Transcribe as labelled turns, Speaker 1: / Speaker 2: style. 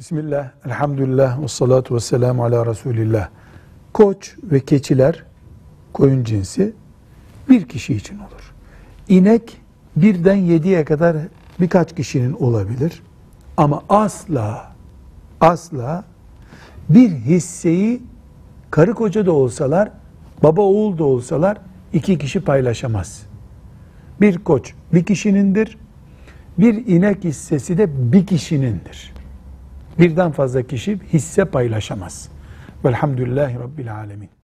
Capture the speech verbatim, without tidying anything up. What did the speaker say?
Speaker 1: Bismillah, elhamdülillah, ve salatu ve selamu ala Resulillah. Koç ve keçiler, koyun cinsi, bir kişi için olur. İnek birden yediye kadar birkaç kişinin olabilir. Ama asla, asla bir hisseyi karı koca da olsalar, baba oğul da olsalar iki kişi paylaşamaz. Bir koç bir kişinindir, bir inek hissesi de bir kişinindir. Birden fazla kişi hisse paylaşamaz. Velhamdülillahi Rabbil alemin.